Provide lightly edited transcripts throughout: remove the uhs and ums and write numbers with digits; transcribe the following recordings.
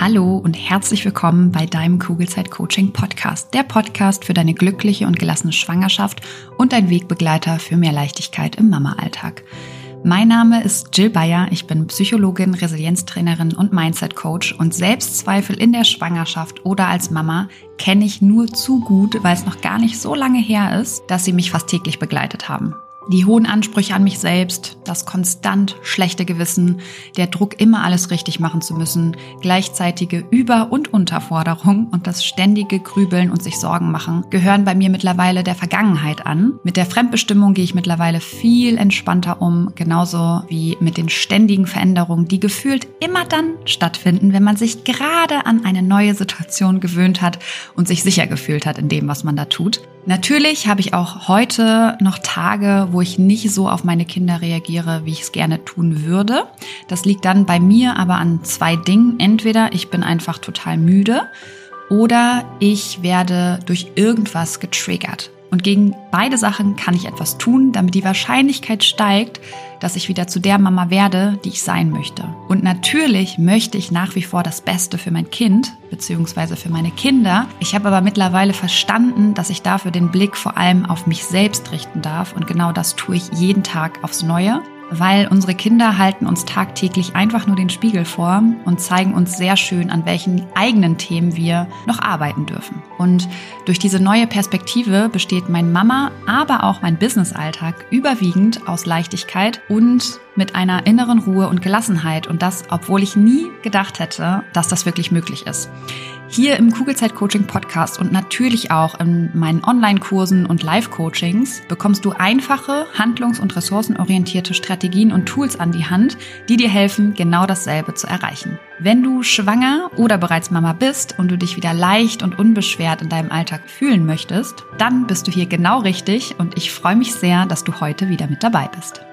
Hallo und herzlich willkommen bei deinem Kugelzeit-Coaching-Podcast. Der Podcast für deine glückliche und gelassene Schwangerschaft und dein Wegbegleiter für mehr Leichtigkeit im Mama-Alltag. Mein Name ist Jill Bayer, ich bin Psychologin, Resilienztrainerin und Mindset-Coach und Selbstzweifel in der Schwangerschaft oder als Mama kenne ich nur zu gut, weil es noch gar nicht so lange her ist, dass sie mich fast täglich begleitet haben. Die hohen Ansprüche an mich selbst, das konstant schlechte Gewissen, der Druck, immer alles richtig machen zu müssen, gleichzeitige Über- und Unterforderung und das ständige Grübeln und sich Sorgen machen gehören bei mir mittlerweile der Vergangenheit an. Mit der Fremdbestimmung gehe ich mittlerweile viel entspannter um, genauso wie mit den ständigen Veränderungen, die gefühlt immer dann stattfinden, wenn man sich gerade an eine neue Situation gewöhnt hat und sich sicher gefühlt hat in dem, was man da tut. Natürlich habe ich auch heute noch Tage, wo ich nicht so auf meine Kinder reagiere, wie ich es gerne tun würde. Das liegt dann bei mir aber an zwei Dingen. Entweder ich bin einfach total müde oder ich werde durch irgendwas getriggert. Und gegen beide Sachen kann ich etwas tun, damit die Wahrscheinlichkeit steigt, dass ich wieder zu der Mama werde, die ich sein möchte. Und natürlich möchte ich nach wie vor das Beste für mein Kind bzw. für meine Kinder. Ich habe aber mittlerweile verstanden, dass ich dafür den Blick vor allem auf mich selbst richten darf. Und genau das tue ich jeden Tag aufs Neue. Weil unsere Kinder halten uns tagtäglich einfach nur den Spiegel vor und zeigen uns sehr schön, an welchen eigenen Themen wir noch arbeiten dürfen. Und durch diese neue Perspektive besteht mein Mama, aber auch mein Business-Alltag überwiegend aus Leichtigkeit und mit einer inneren Ruhe und Gelassenheit. Und das, obwohl ich nie gedacht hätte, dass das wirklich möglich ist. Hier im Kugelzeit-Coaching-Podcast und natürlich auch in meinen Online-Kursen und Live-Coachings bekommst du einfache, handlungs- und ressourcenorientierte Strategien und Tools an die Hand, die dir helfen, genau dasselbe zu erreichen. Wenn du schwanger oder bereits Mama bist und du dich wieder leicht und unbeschwert in deinem Alltag fühlen möchtest, dann bist du hier genau richtig und ich freue mich sehr, dass du heute wieder mit dabei bist.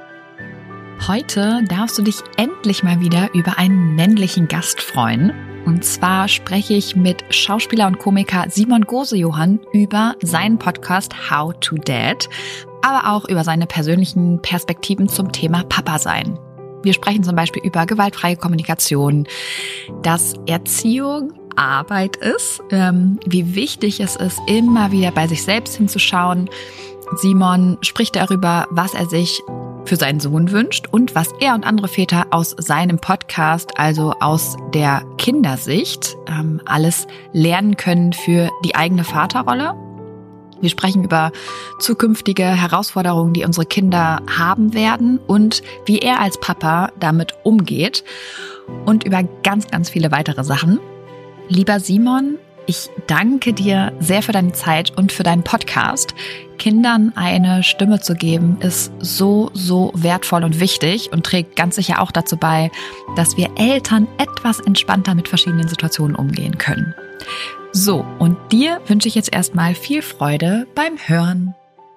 Heute darfst du dich endlich mal wieder über einen männlichen Gast freuen. Und zwar spreche ich mit Schauspieler und Komiker Simon Gose-Johann über seinen Podcast How to Dad, aber auch über seine persönlichen Perspektiven zum Thema Papa sein. Wir sprechen zum Beispiel über gewaltfreie Kommunikation, dass Erziehung Arbeit ist, wie wichtig es ist, immer wieder bei sich selbst hinzuschauen. Simon spricht darüber, was er sich für seinen Sohn wünscht und was er und andere Väter aus seinem Podcast, also aus der Kindersicht, alles lernen können für die eigene Vaterrolle. Wir sprechen über zukünftige Herausforderungen, die unsere Kinder haben werden und wie er als Papa damit umgeht und über ganz, ganz viele weitere Sachen. Lieber Simon, ich danke dir sehr für deine Zeit und für deinen Podcast. Kindern eine Stimme zu geben, ist so, so wertvoll und wichtig und trägt ganz sicher auch dazu bei, dass wir Eltern etwas entspannter mit verschiedenen Situationen umgehen können. So, und dir wünsche ich jetzt erstmal viel Freude beim Hören.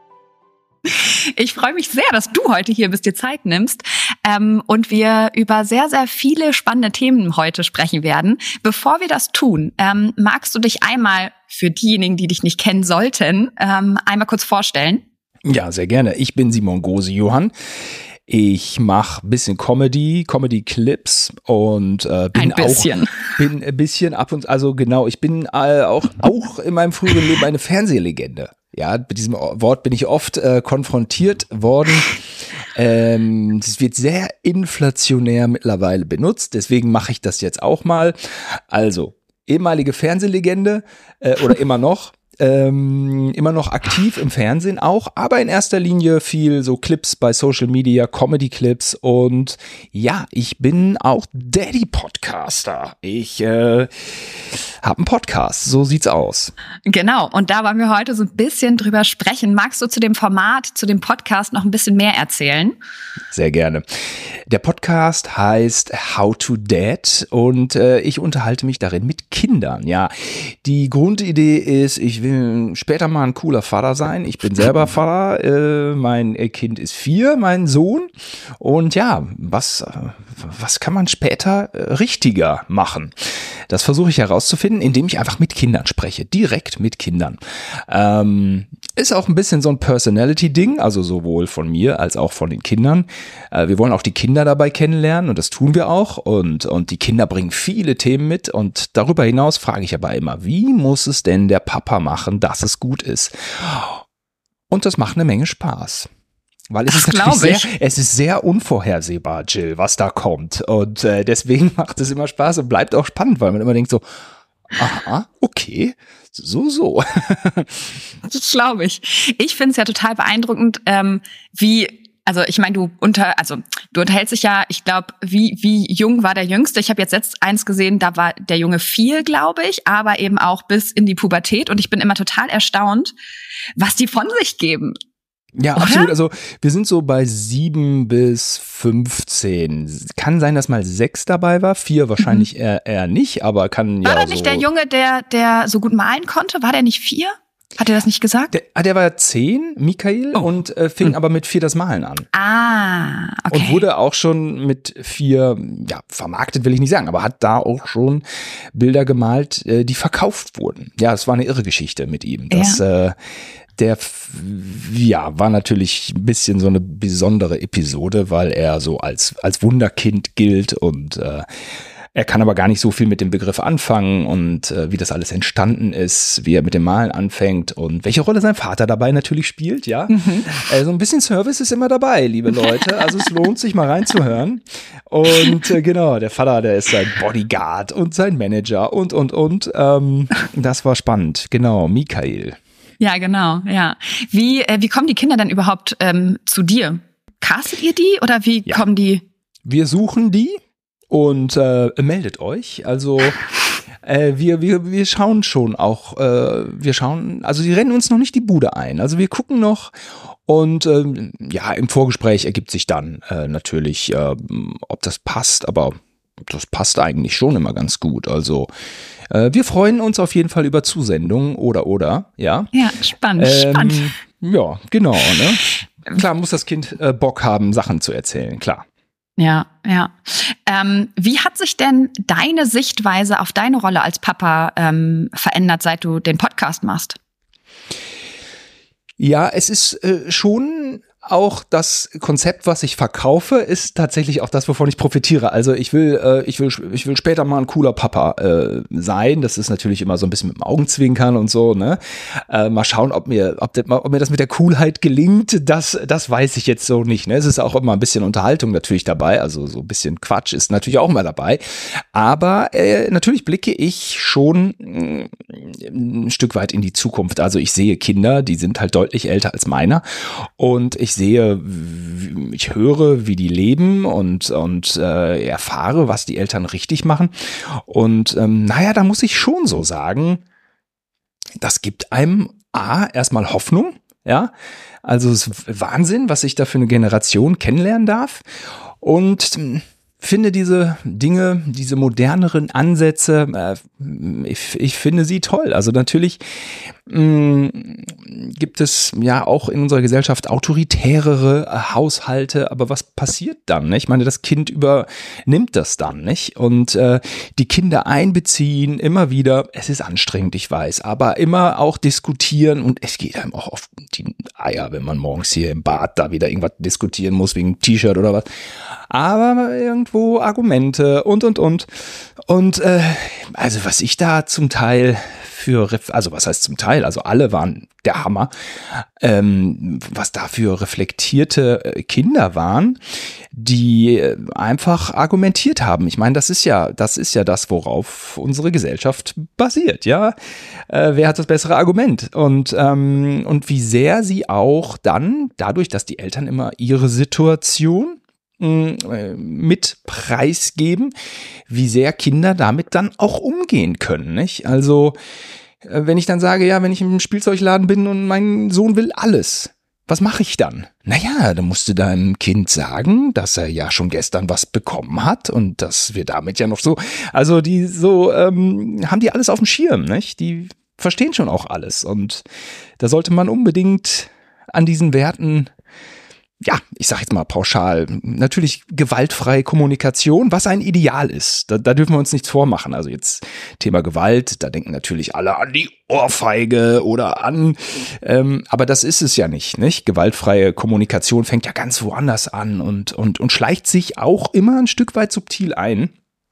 Ich freue mich sehr, dass du heute hier bist, dir Zeit nimmst und wir über sehr, sehr viele spannende Themen heute sprechen werden. Bevor wir das tun, magst du dich einmal für diejenigen, die dich nicht kennen sollten, einmal kurz vorstellen? Ja, sehr gerne. Ich bin Simon Gose-Johann. Ich mache ein bisschen Comedy-Clips und bin ein bisschen ab und also genau, ich bin auch in meinem früheren Leben eine Fernsehlegende. Ja, mit diesem Wort bin ich oft konfrontiert worden. Es wird sehr inflationär mittlerweile benutzt, deswegen mache ich das jetzt auch mal. Also, ehemalige Fernsehlegende oder immer noch aktiv im Fernsehen auch, aber in erster Linie viel so Clips bei Social Media, Comedy-Clips und ja, ich bin auch Daddy-Podcaster. Ich habe einen Podcast, so sieht's aus. Genau, und da wollen wir heute so ein bisschen drüber sprechen. Magst du zu dem Format, zu dem Podcast noch ein bisschen mehr erzählen? Sehr gerne. Der Podcast heißt How to Dad und ich unterhalte mich darin mit Kindern. Ja, die Grundidee ist, ich will später mal ein cooler Vater sein. Ich bin selber Vater, mein Kind ist 4, mein Sohn. Und ja, was kann man später richtiger machen? Das versuche ich herauszufinden, indem ich einfach mit Kindern spreche, direkt mit Kindern. Ist auch ein bisschen so ein Personality-Ding, also sowohl von mir als auch von den Kindern. Wir wollen auch die Kinder dabei kennenlernen und das tun wir auch und die Kinder bringen viele Themen mit und darüber hinaus frage ich aber immer, wie muss es denn der Papa machen, dass es gut ist? Und das macht eine Menge Spaß. Weil es ist natürlich es ist sehr unvorhersehbar, Jill, was da kommt. Und deswegen macht es immer Spaß und bleibt auch spannend, weil man immer denkt so, aha, okay, so. Das glaube ich. Ich finde es ja total beeindruckend, also ich meine, du unterhältst dich ja, ich glaube, wie jung war der Jüngste? Ich habe jetzt eins gesehen, da war der Junge 4, glaube ich, aber eben auch bis in die Pubertät. Und ich bin immer total erstaunt, was die von sich geben. Ja, oder? Absolut. Also wir sind so bei 7 bis 15. Kann sein, dass mal 6 dabei war. 4 wahrscheinlich eher nicht, aber kann ja so. War das nicht der Junge, der so gut malen konnte? War der nicht 4? Hat er das nicht gesagt? Der war 10, Michael, und fing aber mit 4 das Malen an. Ah, okay. Und wurde auch schon mit 4, ja, vermarktet will ich nicht sagen, aber hat da auch schon Bilder gemalt, die verkauft wurden. Ja, es war eine irre Geschichte mit ihm. Der war natürlich ein bisschen so eine besondere Episode, weil er so als Wunderkind gilt und er kann aber gar nicht so viel mit dem Begriff anfangen und wie das alles entstanden ist, wie er mit dem Malen anfängt und welche Rolle sein Vater dabei natürlich spielt, ja. So ein bisschen Service ist immer dabei, liebe Leute, also es lohnt sich mal reinzuhören und genau, der Vater, der ist sein Bodyguard und sein Manager und das war spannend, genau, Michael. Ja, genau, ja. Wie kommen die Kinder dann überhaupt zu dir? Castet ihr die oder wie kommen die? Wir suchen die und meldet euch. Also wir schauen schon auch, also die rennen uns noch nicht die Bude ein. Also wir gucken noch und im Vorgespräch ergibt sich dann natürlich, ob das passt, aber das passt eigentlich schon immer ganz gut. Also wir freuen uns auf jeden Fall über Zusendungen oder, ja. Ja, spannend. Ja, genau, ne? Klar muss das Kind Bock haben, Sachen zu erzählen, klar. Ja. Wie hat sich denn deine Sichtweise auf deine Rolle als Papa verändert, seit du den Podcast machst? Ja, es ist schon auch das Konzept, was ich verkaufe, ist tatsächlich auch das, wovon ich profitiere. Also ich will später mal ein cooler Papa sein. Das ist natürlich immer so ein bisschen mit dem Augenzwinkern und so, ne? Mal schauen, ob mir das mit der Coolheit gelingt. Das weiß ich jetzt so nicht. Ne? Es ist auch immer ein bisschen Unterhaltung natürlich dabei. Also so ein bisschen Quatsch ist natürlich auch immer dabei. Aber natürlich blicke ich schon ein Stück weit in die Zukunft. Also ich sehe Kinder, die sind halt deutlich älter als meiner und ich höre, wie die leben und erfahre, was die Eltern richtig machen. Und da muss ich schon so sagen, das gibt einem erstmal Hoffnung, ja. Also es ist Wahnsinn, was ich da für eine Generation kennenlernen darf. Und finde diese Dinge, diese moderneren Ansätze, ich finde sie toll. Also natürlich gibt es ja auch in unserer Gesellschaft autoritärere Haushalte, aber was passiert dann? Ne? Ich meine, das Kind übernimmt das dann, nicht? Und die Kinder einbeziehen, immer wieder, es ist anstrengend, ich weiß, aber immer auch diskutieren und es geht einem auch auf die Eier, wenn man morgens hier im Bad da wieder irgendwas diskutieren muss, wegen T-Shirt oder was. Aber irgendwo Argumente und. Und also was ich da zum Teil was heißt zum Teil, also alle waren der Hammer, was da für reflektierte Kinder waren, die einfach argumentiert haben. Ich meine, das ist ja das, worauf unsere Gesellschaft basiert, ja. Wer hat das bessere Argument? Und wie sehr sie auch dann, dadurch, dass die Eltern immer ihre Situation mit preisgeben, wie sehr Kinder damit dann auch umgehen können, nicht? Also, wenn ich dann sage, ja, wenn ich im Spielzeugladen bin und mein Sohn will alles, was mache ich dann? Naja, dann musst du deinem Kind sagen, dass er ja schon gestern was bekommen hat und dass wir damit ja noch so, also die so, haben die alles auf dem Schirm, nicht? Die verstehen schon auch alles und da sollte man unbedingt an diesen Werten ja, ich sag jetzt mal pauschal, natürlich gewaltfreie Kommunikation, was ein Ideal ist. Da dürfen wir uns nichts vormachen. Also jetzt Thema Gewalt, da denken natürlich alle an die Ohrfeige oder an, aber das ist es ja nicht. Gewaltfreie Kommunikation fängt ja ganz woanders an und schleicht sich auch immer ein Stück weit subtil ein.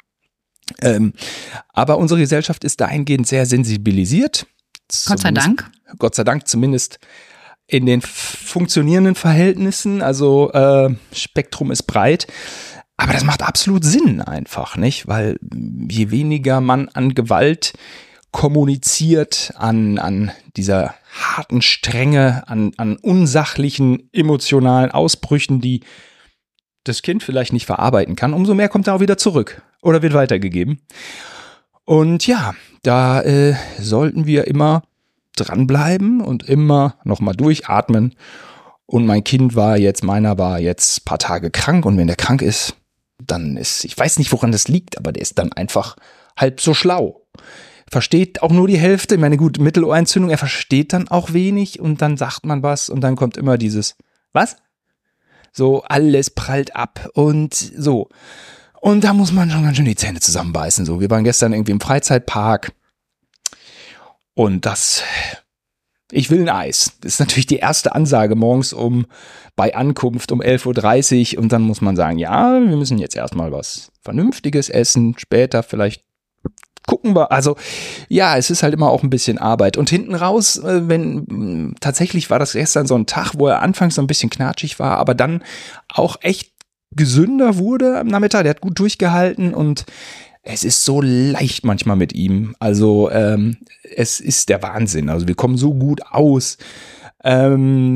Aber unsere Gesellschaft ist dahingehend sehr sensibilisiert. Gott sei Dank. Gott sei Dank zumindest in den funktionierenden Verhältnissen, also Spektrum ist breit, aber das macht absolut Sinn einfach, nicht? Weil je weniger man an Gewalt kommuniziert, an dieser harten Strenge, an unsachlichen emotionalen Ausbrüchen, die das Kind vielleicht nicht verarbeiten kann, umso mehr kommt er auch wieder zurück oder wird weitergegeben. Und ja, da sollten wir immer dranbleiben und immer nochmal durchatmen. Und meiner war jetzt ein paar Tage krank und wenn der krank ist, dann ich weiß nicht, woran das liegt, aber der ist dann einfach halb so schlau. Versteht auch nur die Hälfte. Ich meine, gut, Mittelohrentzündung, er versteht dann auch wenig und dann sagt man was und dann kommt immer dieses, was? So, alles prallt ab und so. Und da muss man schon ganz schön die Zähne zusammenbeißen. So, wir waren gestern irgendwie im Freizeitpark. Und ich will ein Eis. Das ist natürlich die erste Ansage morgens bei Ankunft um 11.30 Uhr. Und dann muss man sagen, ja, wir müssen jetzt erstmal was Vernünftiges essen. Später vielleicht gucken wir. Also ja, es ist halt immer auch ein bisschen Arbeit. Und hinten raus, tatsächlich war das gestern so ein Tag, wo er anfangs so ein bisschen knatschig war, aber dann auch echt gesünder wurde am Nachmittag. Der hat gut durchgehalten und es ist so leicht manchmal mit ihm. Also es ist der Wahnsinn. Also wir kommen so gut aus. Aber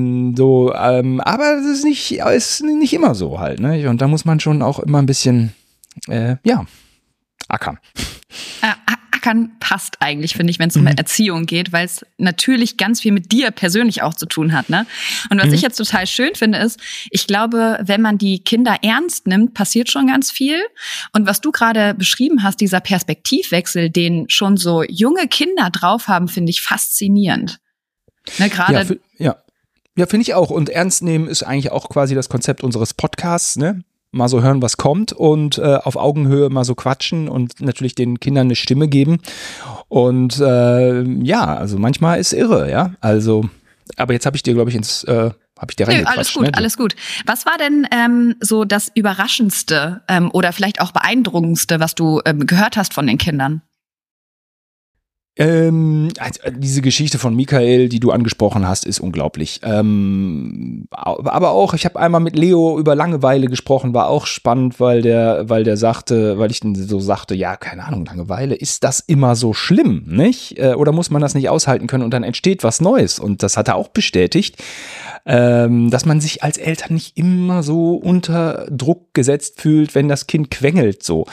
es ist nicht immer so halt. Ne? Und da muss man schon auch immer ein bisschen ackern. Ackern passt eigentlich, finde ich, wenn es um Erziehung geht, weil es natürlich ganz viel mit dir persönlich auch zu tun hat. Ne? Und was ich jetzt total schön finde, ist, ich glaube, wenn man die Kinder ernst nimmt, passiert schon ganz viel. Und was du gerade beschrieben hast, dieser Perspektivwechsel, den schon so junge Kinder drauf haben, finde ich faszinierend. Ne, gerade ja, finde ich auch. Und ernst nehmen ist eigentlich auch quasi das Konzept unseres Podcasts, ne? Mal so hören, was kommt und auf Augenhöhe mal so quatschen und natürlich den Kindern eine Stimme geben. Und also manchmal ist irre, ja. Also, aber jetzt habe ich dir, glaube ich, reingequatscht. Alles gut. Was war denn so das Überraschendste oder vielleicht auch Beeindruckendste, was du gehört hast von den Kindern? Also diese Geschichte von Michael, die du angesprochen hast, ist unglaublich. Aber auch, ich habe einmal mit Leo über Langeweile gesprochen, war auch spannend, weil ich dann so sagte, ja, keine Ahnung, Langeweile, ist das immer so schlimm, nicht? Oder muss man das nicht aushalten können und dann entsteht was Neues? Und das hat er auch bestätigt, dass man sich als Eltern nicht immer so unter Druck gesetzt fühlt, wenn das Kind quengelt, so.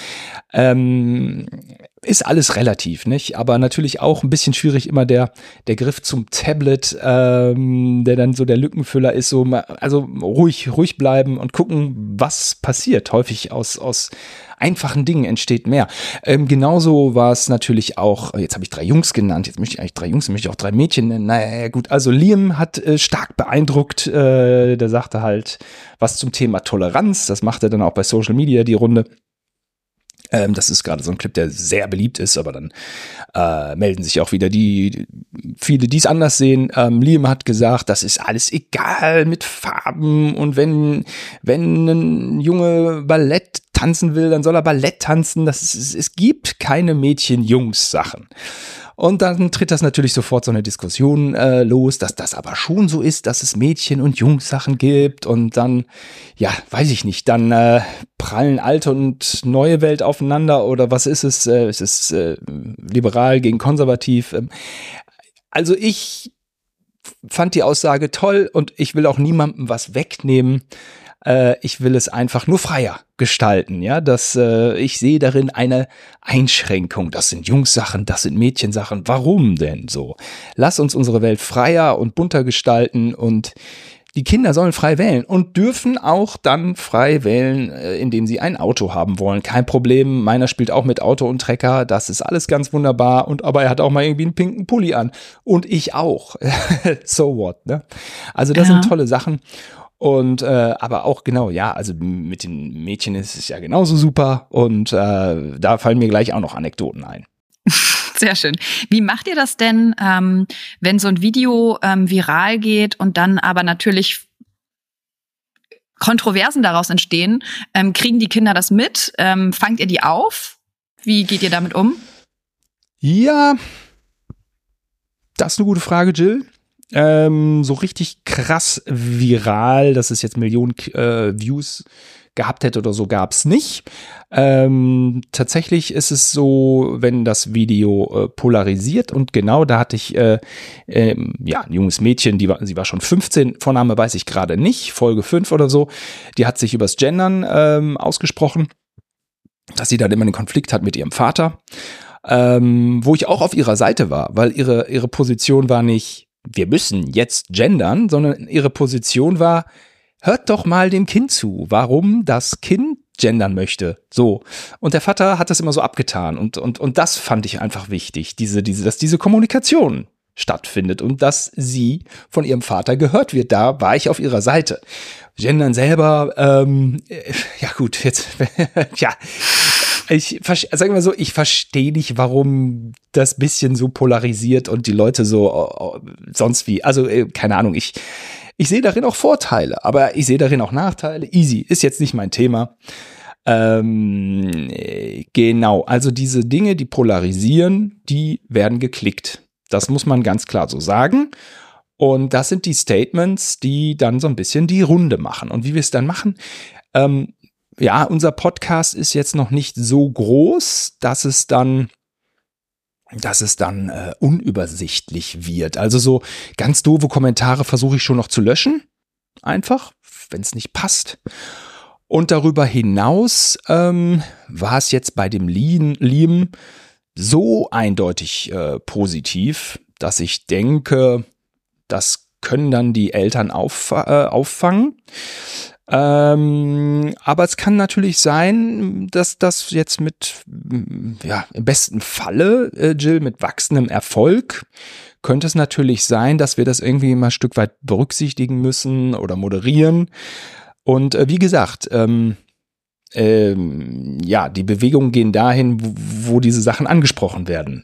Ist alles relativ, nicht? Aber natürlich auch ein bisschen schwierig immer der Griff zum Tablet, der dann so der Lückenfüller ist, so, also ruhig bleiben und gucken, was passiert. Häufig aus einfachen Dingen entsteht mehr. Genauso war es natürlich auch, jetzt habe ich 3 Jungs genannt, jetzt möchte ich eigentlich 3 Jungs, möchte ich auch 3 Mädchen nennen. Naja, gut, also Liam hat stark beeindruckt, der sagte halt was zum Thema Toleranz, das macht er dann auch bei Social Media die Runde. Das ist gerade so ein Clip, der sehr beliebt ist, aber dann melden sich auch wieder viele, die es anders sehen. Liam hat gesagt, das ist alles egal mit Farben und wenn ein Junge Ballett tanzen will, dann soll er Ballett tanzen. Es gibt keine Mädchen-Jungs-Sachen. Und dann tritt das natürlich sofort so eine Diskussion los, dass das aber schon so ist, dass es Mädchen- und Jungs-Sachen gibt. Und dann, ja, weiß ich nicht, dann prallen alte und neue Welt aufeinander oder was ist es? Es ist liberal gegen konservativ. Also ich fand die Aussage toll und ich will auch niemandem was wegnehmen. Ich will es einfach nur freier gestalten, ja, dass ich sehe darin eine Einschränkung. Das sind Jungs-Sachen, das sind Mädchensachen. Warum denn so? Lass uns unsere Welt freier und bunter gestalten und die Kinder sollen frei wählen und dürfen auch dann frei wählen, indem sie ein Auto haben wollen. Kein Problem, meiner spielt auch mit Auto und Trecker, das ist alles ganz wunderbar. Aber er hat auch mal irgendwie einen pinken Pulli an und ich auch. So what, ne? Also das sind tolle Sachen. Und aber auch genau, ja, also mit den Mädchen ist es ja genauso super und da fallen mir gleich auch noch Anekdoten ein. Sehr schön. Wie macht ihr das denn, wenn so ein Video viral geht und dann aber natürlich Kontroversen daraus entstehen? Kriegen die Kinder das mit? Fangt ihr die auf? Wie geht ihr damit um? Ja, das ist eine gute Frage, Jill. So richtig krass viral, dass es jetzt Millionen Views gehabt hätte oder so, gab es nicht. Tatsächlich ist es so, wenn das Video polarisiert und genau da hatte ich ein junges Mädchen, sie war schon 15, Vorname weiß ich gerade nicht, Folge 5 oder so, die hat sich übers Gendern ausgesprochen, dass sie dann immer einen Konflikt hat mit ihrem Vater, wo ich auch auf ihrer Seite war, weil ihre Position war nicht, wir müssen jetzt gendern, sondern ihre Position war, hört doch mal dem Kind zu, warum das Kind gendern möchte. So. Und der Vater hat das immer so abgetan. Und das fand ich einfach wichtig, dass diese Kommunikation stattfindet und dass sie von ihrem Vater gehört wird. Da war ich auf ihrer Seite. Gendern selber, ja gut, jetzt, ja. Sag mal so, ich verstehe nicht, warum das bisschen so polarisiert und die Leute so sonst wie, also keine Ahnung, ich sehe darin auch Vorteile, aber ich sehe darin auch Nachteile. Easy, ist jetzt nicht mein Thema. Genau, also diese Dinge, die polarisieren, die werden geklickt. Das muss man ganz klar so sagen. Und das sind die Statements, die dann so ein bisschen die Runde machen. Und wie wir es dann machen, ja, unser Podcast ist jetzt noch nicht so groß, dass es dann unübersichtlich wird. Also so ganz doofe Kommentare versuche ich schon noch zu löschen. Einfach, wenn es nicht passt. Und darüber hinaus war es jetzt bei dem Liam so eindeutig positiv, dass ich denke, das können dann die Eltern auffangen. Aber es kann natürlich sein, dass das jetzt im besten Falle, Jill, mit wachsendem Erfolg, könnte es natürlich sein, dass wir das irgendwie mal ein Stück weit berücksichtigen müssen oder moderieren. Und wie gesagt, die Bewegungen gehen dahin, wo diese Sachen angesprochen werden.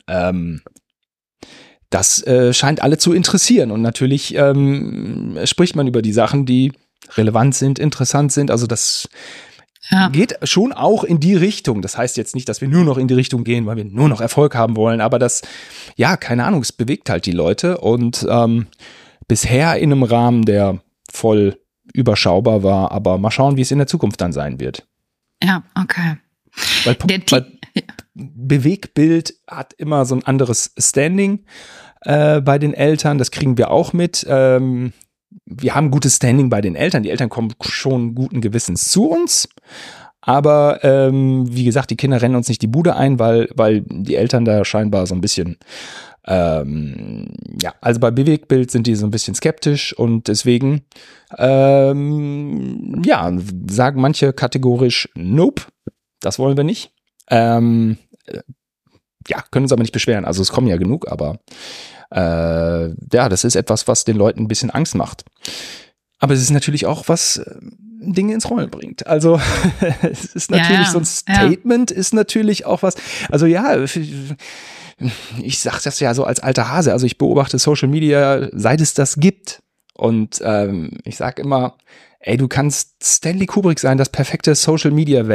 Das scheint alle zu interessieren. Und natürlich spricht man über die Sachen, die relevant sind, interessant sind. Also das geht schon auch in die Richtung. Das heißt jetzt nicht, dass wir nur noch in die Richtung gehen, weil wir nur noch Erfolg haben wollen. Aber das, ja, keine Ahnung, es bewegt halt die Leute. Und bisher in einem Rahmen, der voll überschaubar war. Aber mal schauen, wie es in der Zukunft dann sein wird. Ja, okay. Weil Bewegbild hat immer so ein anderes Standing bei den Eltern. Das kriegen wir auch mit. Wir haben gutes Standing bei den Eltern. Die Eltern kommen schon guten Gewissens zu uns. Aber wie gesagt, die Kinder rennen uns nicht die Bude ein, weil die Eltern da scheinbar so ein bisschen, also bei Bewegbild sind die so ein bisschen skeptisch und deswegen, sagen manche kategorisch, nope, das wollen wir nicht. Können uns aber nicht beschweren. Also es kommen ja genug, aber das ist etwas, was den Leuten ein bisschen Angst macht. Aber es ist natürlich auch was Dinge ins Rollen bringt. Also es ist natürlich so ein Statement, ist natürlich auch was, also ich sag das ja so als alter Hase, also ich beobachte Social Media, seit es das gibt. Und ich sag immer, ey, du kannst Stanley Kubrick sein, das perfekte Social Media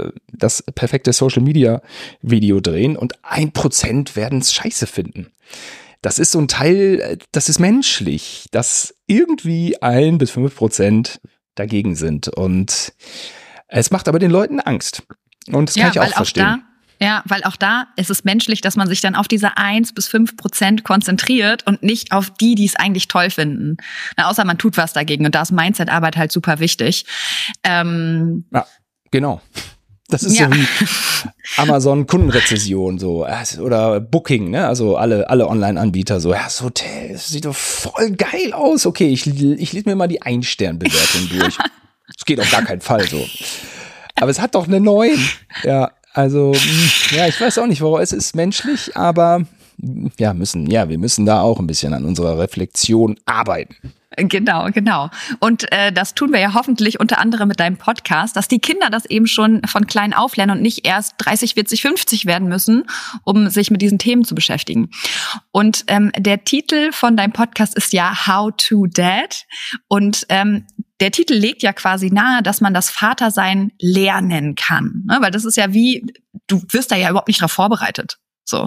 Video drehen und 1% werden es scheiße finden. Das ist so ein Teil, das ist menschlich, dass irgendwie 1-5% dagegen sind. Und es macht aber den Leuten Angst. Und das kann ich auch verstehen. Weil auch da ist es menschlich, dass man sich dann auf diese 1-5% konzentriert und nicht auf die es eigentlich toll finden. Außer man tut was dagegen. Und da ist Mindset-Arbeit halt super wichtig. Ja, genau. Das ist so wie Amazon-Kundenrezession so oder Booking, ne? Also alle Online-Anbieter so, das Hotel, das sieht doch voll geil aus. Okay, ich lese mir mal die 1-Stern-Bewertung durch. Das geht auf gar keinen Fall so. Aber es hat doch eine 9. Ja, also, ich weiß auch nicht, warum. Es ist menschlich, aber wir müssen da auch ein bisschen an unserer Reflexion arbeiten. Genau. Und das tun wir ja hoffentlich unter anderem mit deinem Podcast, dass die Kinder das eben schon von klein auf lernen und nicht erst 30, 40, 50 werden müssen, um sich mit diesen Themen zu beschäftigen. Und der Titel von deinem Podcast ist ja How to Dad. Und der Titel legt ja quasi nahe, dass man das Vatersein lernen kann. Ne? Weil das ist ja du wirst da ja überhaupt nicht drauf vorbereitet. So.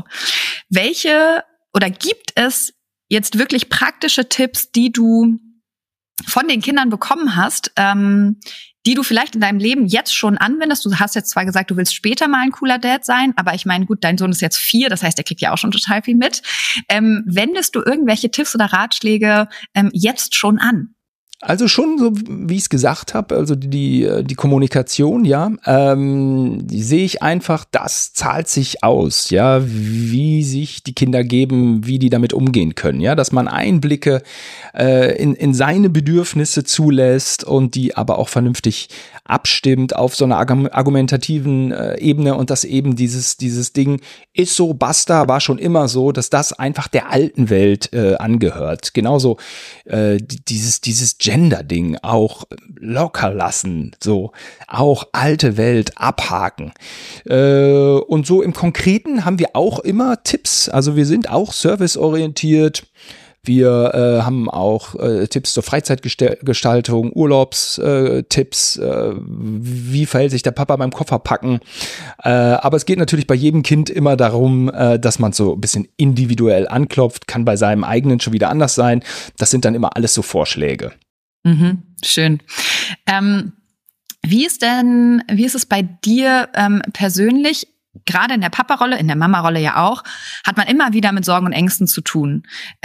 Gibt es jetzt wirklich praktische Tipps, die du von den Kindern bekommen hast, die du vielleicht in deinem Leben jetzt schon anwendest? Du hast jetzt zwar gesagt, du willst später mal ein cooler Dad sein, aber ich meine, gut, dein Sohn ist jetzt 4, das heißt, der kriegt ja auch schon total viel mit. Wendest du irgendwelche Tipps oder Ratschläge jetzt schon an? Also schon so, wie ich es gesagt habe, also die Kommunikation, ja, die sehe ich einfach, das zahlt sich aus, ja, wie sich die Kinder geben, wie die damit umgehen können, ja, dass man Einblicke in seine Bedürfnisse zulässt und die aber auch vernünftig abstimmt auf so einer argumentativen Ebene und dass eben dieses Ding ist so, basta, war schon immer so, dass das einfach der alten Welt angehört. Genauso dieses Gender-Ding auch locker lassen, so auch alte Welt abhaken. Und so im Konkreten haben wir auch immer Tipps, also wir sind auch serviceorientiert. Wir haben auch Tipps zur Freizeitgestaltung, Urlaubstipps, wie verhält sich der Papa beim Kofferpacken. Aber es geht natürlich bei jedem Kind immer darum, dass man so ein bisschen individuell anklopft, kann bei seinem eigenen schon wieder anders sein. Das sind dann immer alles so Vorschläge. Mhm, schön. Wie ist es bei dir persönlich? Gerade in der Papa-Rolle, in der Mama-Rolle ja auch, hat man immer wieder mit Sorgen und Ängsten zu tun.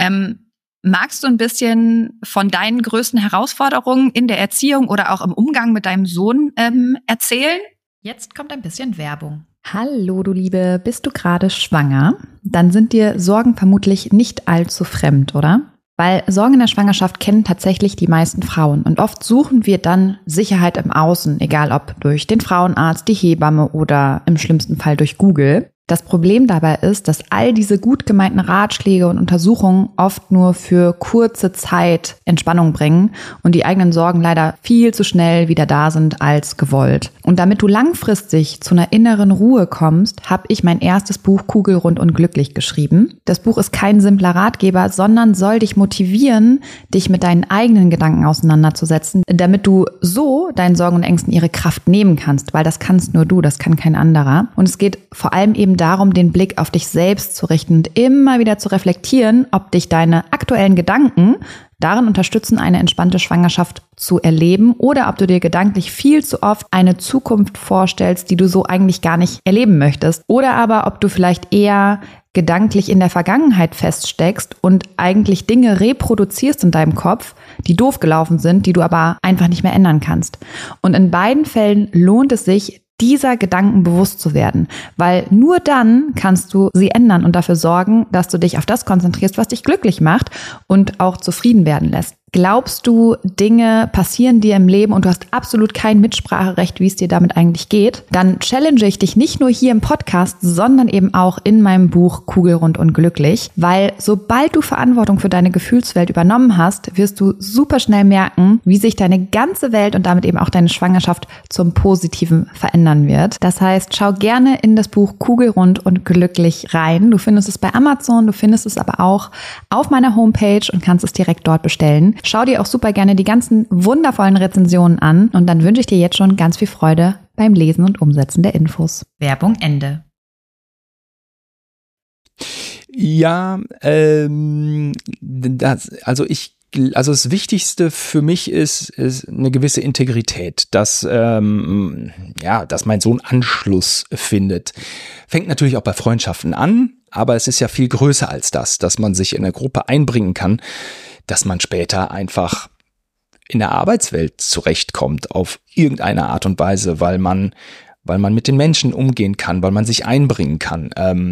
Magst du ein bisschen von deinen größten Herausforderungen in der Erziehung oder auch im Umgang mit deinem Sohn erzählen? Jetzt kommt ein bisschen Werbung. Hallo, du Liebe, bist du gerade schwanger? Dann sind dir Sorgen vermutlich nicht allzu fremd, oder? Weil Sorgen in der Schwangerschaft kennen tatsächlich die meisten Frauen und oft suchen wir dann Sicherheit im Außen, egal ob durch den Frauenarzt, die Hebamme oder im schlimmsten Fall durch Google. Das Problem dabei ist, dass all diese gut gemeinten Ratschläge und Untersuchungen oft nur für kurze Zeit Entspannung bringen und die eigenen Sorgen leider viel zu schnell wieder da sind als gewollt. Und damit du langfristig zu einer inneren Ruhe kommst, habe ich mein erstes Buch Kugelrund und glücklich geschrieben. Das Buch ist kein simpler Ratgeber, sondern soll dich motivieren, dich mit deinen eigenen Gedanken auseinanderzusetzen, damit du so deinen Sorgen und Ängsten ihre Kraft nehmen kannst, weil das kannst nur du, das kann kein anderer. Und es geht vor allem eben darum, den Blick auf dich selbst zu richten und immer wieder zu reflektieren, ob dich deine aktuellen Gedanken darin unterstützen, eine entspannte Schwangerschaft zu erleben oder ob du dir gedanklich viel zu oft eine Zukunft vorstellst, die du so eigentlich gar nicht erleben möchtest. Oder aber ob du vielleicht eher gedanklich in der Vergangenheit feststeckst und eigentlich Dinge reproduzierst in deinem Kopf, die doof gelaufen sind, die du aber einfach nicht mehr ändern kannst. Und in beiden Fällen lohnt es sich, dieser Gedanken bewusst zu werden, weil nur dann kannst du sie ändern und dafür sorgen, dass du dich auf das konzentrierst, was dich glücklich macht und auch zufrieden werden lässt. Glaubst du, Dinge passieren dir im Leben und du hast absolut kein Mitspracherecht, wie es dir damit eigentlich geht? Dann challenge ich dich nicht nur hier im Podcast, sondern eben auch in meinem Buch Kugelrund und glücklich, weil sobald du Verantwortung für deine Gefühlswelt übernommen hast, wirst du super schnell merken, wie sich deine ganze Welt und damit eben auch deine Schwangerschaft zum Positiven verändern wird. Das heißt, schau gerne in das Buch Kugelrund und glücklich rein. Du findest es bei Amazon, du findest es aber auch auf meiner Homepage und kannst es direkt dort bestellen. Schau dir auch super gerne die ganzen wundervollen Rezensionen an und dann wünsche ich dir jetzt schon ganz viel Freude beim Lesen und Umsetzen der Infos. Werbung Ende. Ja, das Wichtigste für mich ist eine gewisse Integrität, dass mein Sohn Anschluss findet. Fängt natürlich auch bei Freundschaften an, aber es ist ja viel größer als das, dass man sich in eine Gruppe einbringen kann, dass man später einfach in der Arbeitswelt zurechtkommt auf irgendeine Art und Weise, weil man mit den Menschen umgehen kann, weil man sich einbringen kann.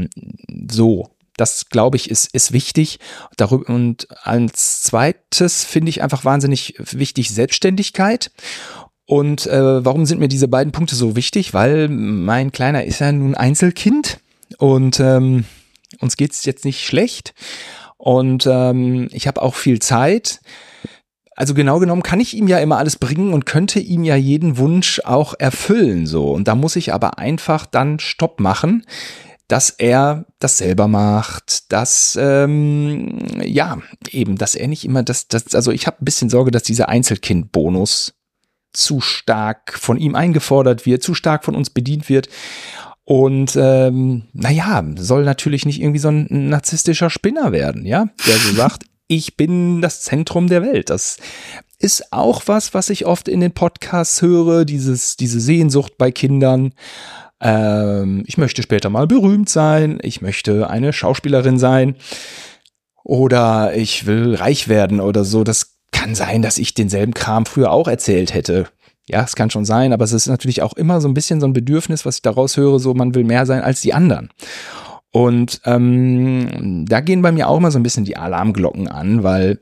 Das, glaube ich, ist wichtig. Und als zweites finde ich einfach wahnsinnig wichtig Selbstständigkeit. Und warum sind mir diese beiden Punkte so wichtig? Weil mein Kleiner ist ja nun Einzelkind und uns geht's jetzt nicht schlecht. Und ich habe auch viel Zeit, Also genau genommen kann ich ihm ja immer alles bringen und könnte ihm ja jeden Wunsch auch erfüllen, so. Und da muss ich aber einfach dann Stopp machen, dass er das selber macht, dass, ja, eben, dass er nicht immer also ich habe ein bisschen Sorge, dass dieser Einzelkind-Bonus zu stark von ihm eingefordert wird, zu stark von uns bedient wird. Und naja, soll natürlich nicht irgendwie so ein narzisstischer Spinner werden, ja, der so sagt, ich bin das Zentrum der Welt. Das ist auch was ich oft in den Podcasts höre, diese Sehnsucht bei Kindern. Ich möchte später mal berühmt sein, ich möchte eine Schauspielerin sein oder ich will reich werden oder so. Das kann sein, dass ich denselben Kram früher auch erzählt hätte. Ja, es kann schon sein, aber es ist natürlich auch immer so ein bisschen so ein Bedürfnis, was ich daraus höre, so man will mehr sein als die anderen. Und da gehen bei mir auch immer so ein bisschen die Alarmglocken an, weil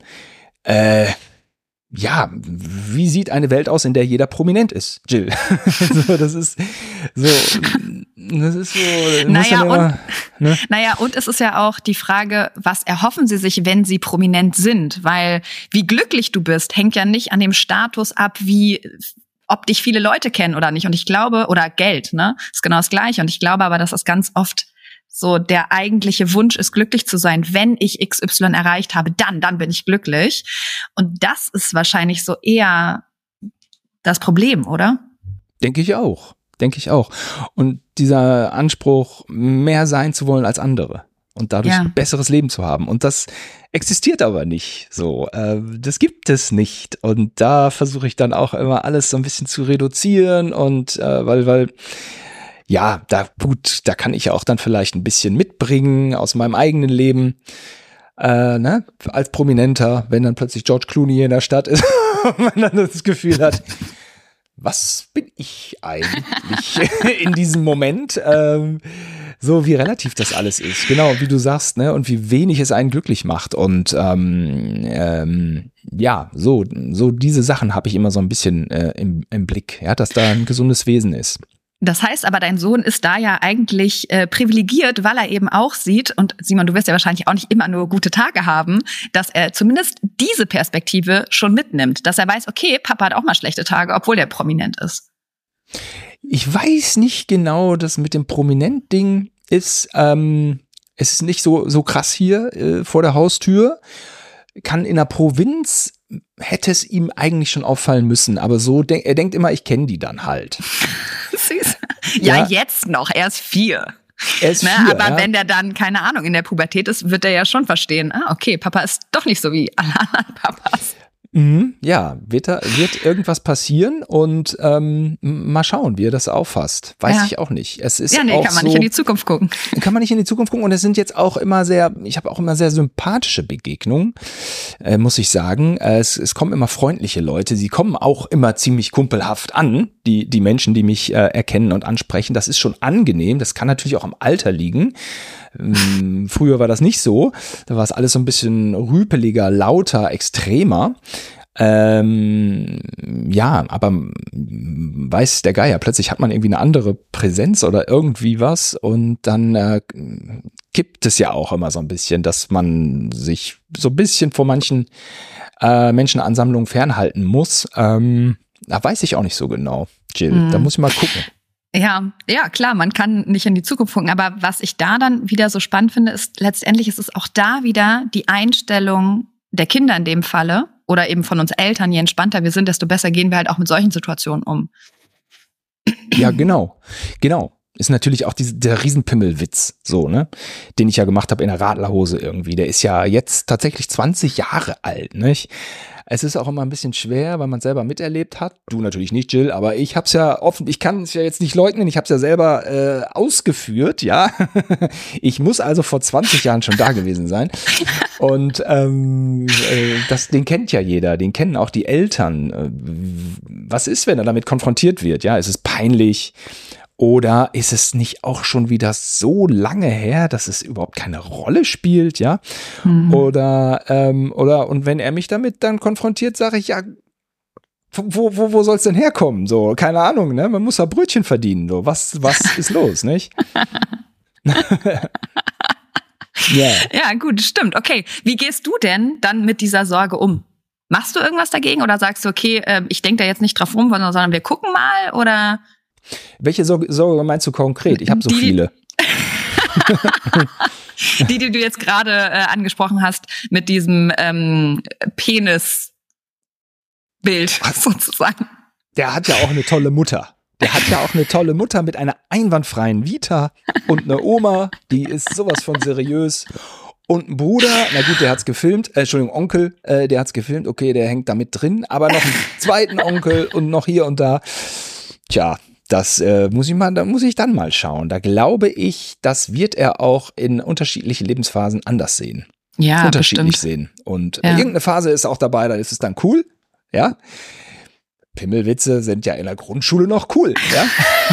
ja, wie sieht eine Welt aus, in der jeder prominent ist, Jill? So, das ist so. Naja, und es ist ja auch die Frage, was erhoffen Sie sich, wenn Sie prominent sind? Weil wie glücklich du bist, hängt ja nicht an dem Status ab, ob dich viele Leute kennen oder nicht. Und ich glaube, oder Geld, ne? Ist genau das Gleiche. Und ich glaube aber, dass es ganz oft so der eigentliche Wunsch ist, glücklich zu sein. Wenn ich XY erreicht habe, dann bin ich glücklich. Und das ist wahrscheinlich so eher das Problem, oder? Denke ich auch. Und dieser Anspruch, mehr sein zu wollen als andere und dadurch ein besseres Leben zu haben. Und das existiert aber nicht so. Das gibt es nicht. Und da versuche ich dann auch immer alles so ein bisschen zu reduzieren und weil ja, da kann ich auch dann vielleicht ein bisschen mitbringen aus meinem eigenen Leben, als Prominenter, wenn dann plötzlich George Clooney in der Stadt ist und man dann das Gefühl hat, was bin ich eigentlich in diesem Moment? So wie relativ das alles ist, genau, wie du sagst, ne, und wie wenig es einen glücklich macht. Und ja, so diese Sachen habe ich immer so ein bisschen im Blick, ja, dass da ein gesundes Wesen ist. Das heißt aber, dein Sohn ist da ja eigentlich privilegiert, weil er eben auch sieht, und Simon, du wirst ja wahrscheinlich auch nicht immer nur gute Tage haben, dass er zumindest diese Perspektive schon mitnimmt, dass er weiß, okay, Papa hat auch mal schlechte Tage, obwohl er prominent ist. Ich weiß nicht genau, das mit dem Prominent-Ding ist, es ist nicht so krass hier vor der Haustür, kann in der Provinz, hätte es ihm eigentlich schon auffallen müssen, aber so, er denkt immer, ich kenne die dann halt. Süß. Ja, jetzt noch, er ist 4. Er ist 4, aber wenn der dann, keine Ahnung, in der Pubertät ist, wird er ja schon verstehen, okay, Papa ist doch nicht so wie alle anderen Papas. Ja, wird irgendwas passieren und mal schauen, wie er das auffasst. Weiß ich auch nicht. Es ist kann man nicht in die Zukunft gucken. Kann man nicht in die Zukunft gucken und es sind jetzt auch immer ich habe auch immer sehr sympathische Begegnungen, muss ich sagen. Es kommen immer freundliche Leute, sie kommen auch immer ziemlich kumpelhaft an, die Menschen, die mich erkennen und ansprechen. Das ist schon angenehm, das kann natürlich auch am Alter liegen. Früher war das nicht so, da war es alles so ein bisschen rüpeliger, lauter, extremer. Ja, aber weiß der Geier, plötzlich hat man irgendwie eine andere Präsenz oder irgendwie was und dann gibt es ja auch immer so ein bisschen, dass man sich so ein bisschen vor manchen Menschenansammlungen fernhalten muss. Da weiß ich auch nicht so genau, Jill, da muss ich mal gucken. Ja, klar, man kann nicht in die Zukunft gucken, aber was ich da dann wieder so spannend finde, ist letztendlich ist es auch da wieder die Einstellung der Kinder in dem Falle oder eben von uns Eltern, je entspannter wir sind, desto besser gehen wir halt auch mit solchen Situationen um. Ja, genau. Ist natürlich auch der Riesenpimmelwitz, so, ne, den ich ja gemacht habe in der Radlerhose irgendwie. Der ist ja jetzt tatsächlich 20 Jahre alt, nicht? Es ist auch immer ein bisschen schwer, weil man es selber miterlebt hat. Du natürlich nicht, Jill, aber ich hab's ja ich kann es ja jetzt nicht leugnen, ich hab's ja selber ausgeführt, ja. Ich muss also vor 20 Jahren schon da gewesen sein. Und den kennt ja jeder, den kennen auch die Eltern. Was ist, wenn er damit konfrontiert wird? Ja, ist es peinlich? Oder ist es nicht auch schon wieder so lange her, dass es überhaupt keine Rolle spielt, ja? Oder und wenn er mich damit dann konfrontiert, sage ich, ja, wo soll es denn herkommen? So, keine Ahnung, ne? Man muss ja Brötchen verdienen. So, was ist los, nicht? Ja, gut, stimmt. Okay, wie gehst du denn dann mit dieser Sorge um? Machst du irgendwas dagegen oder sagst du, okay, ich denke da jetzt nicht drauf rum, sondern wir gucken mal, oder? Welche Sorge meinst du konkret? Ich habe so viele. Die du jetzt gerade angesprochen hast, mit diesem Penisbild sozusagen. Der hat ja auch eine tolle Mutter. Mit einer einwandfreien Vita und eine Oma, die ist sowas von seriös. Und ein Bruder, na gut, der hat's gefilmt, Onkel, der hat's gefilmt, okay, der hängt da mit drin, aber noch einen zweiten Onkel und noch hier und da. Tja, das muss ich dann mal schauen. Da glaube ich, das wird er auch in unterschiedlichen Lebensphasen anders sehen. Ja, unterschiedlich bestimmt sehen. Und irgendeine Phase ist auch dabei, da ist es dann cool, ja. Pimmelwitze sind ja in der Grundschule noch cool, ja.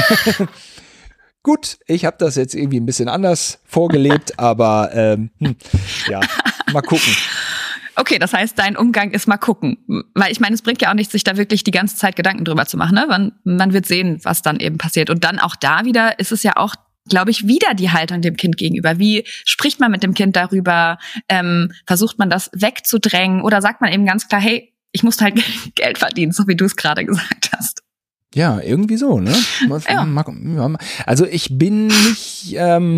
Gut, ich habe das jetzt irgendwie ein bisschen anders vorgelebt, aber ja, mal gucken. Okay, das heißt, dein Umgang ist mal gucken. Weil ich meine, es bringt ja auch nichts, sich da wirklich die ganze Zeit Gedanken drüber zu machen. Ne? Man wird sehen, was dann eben passiert. Und dann auch da wieder ist es ja auch, glaube ich, wieder die Haltung dem Kind gegenüber. Wie spricht man mit dem Kind darüber? Versucht man das wegzudrängen? Oder sagt man eben ganz klar, hey, ich muss halt Geld verdienen, so wie du es gerade gesagt hast. Ja, irgendwie so, ne? Ja. Also ich bin nicht,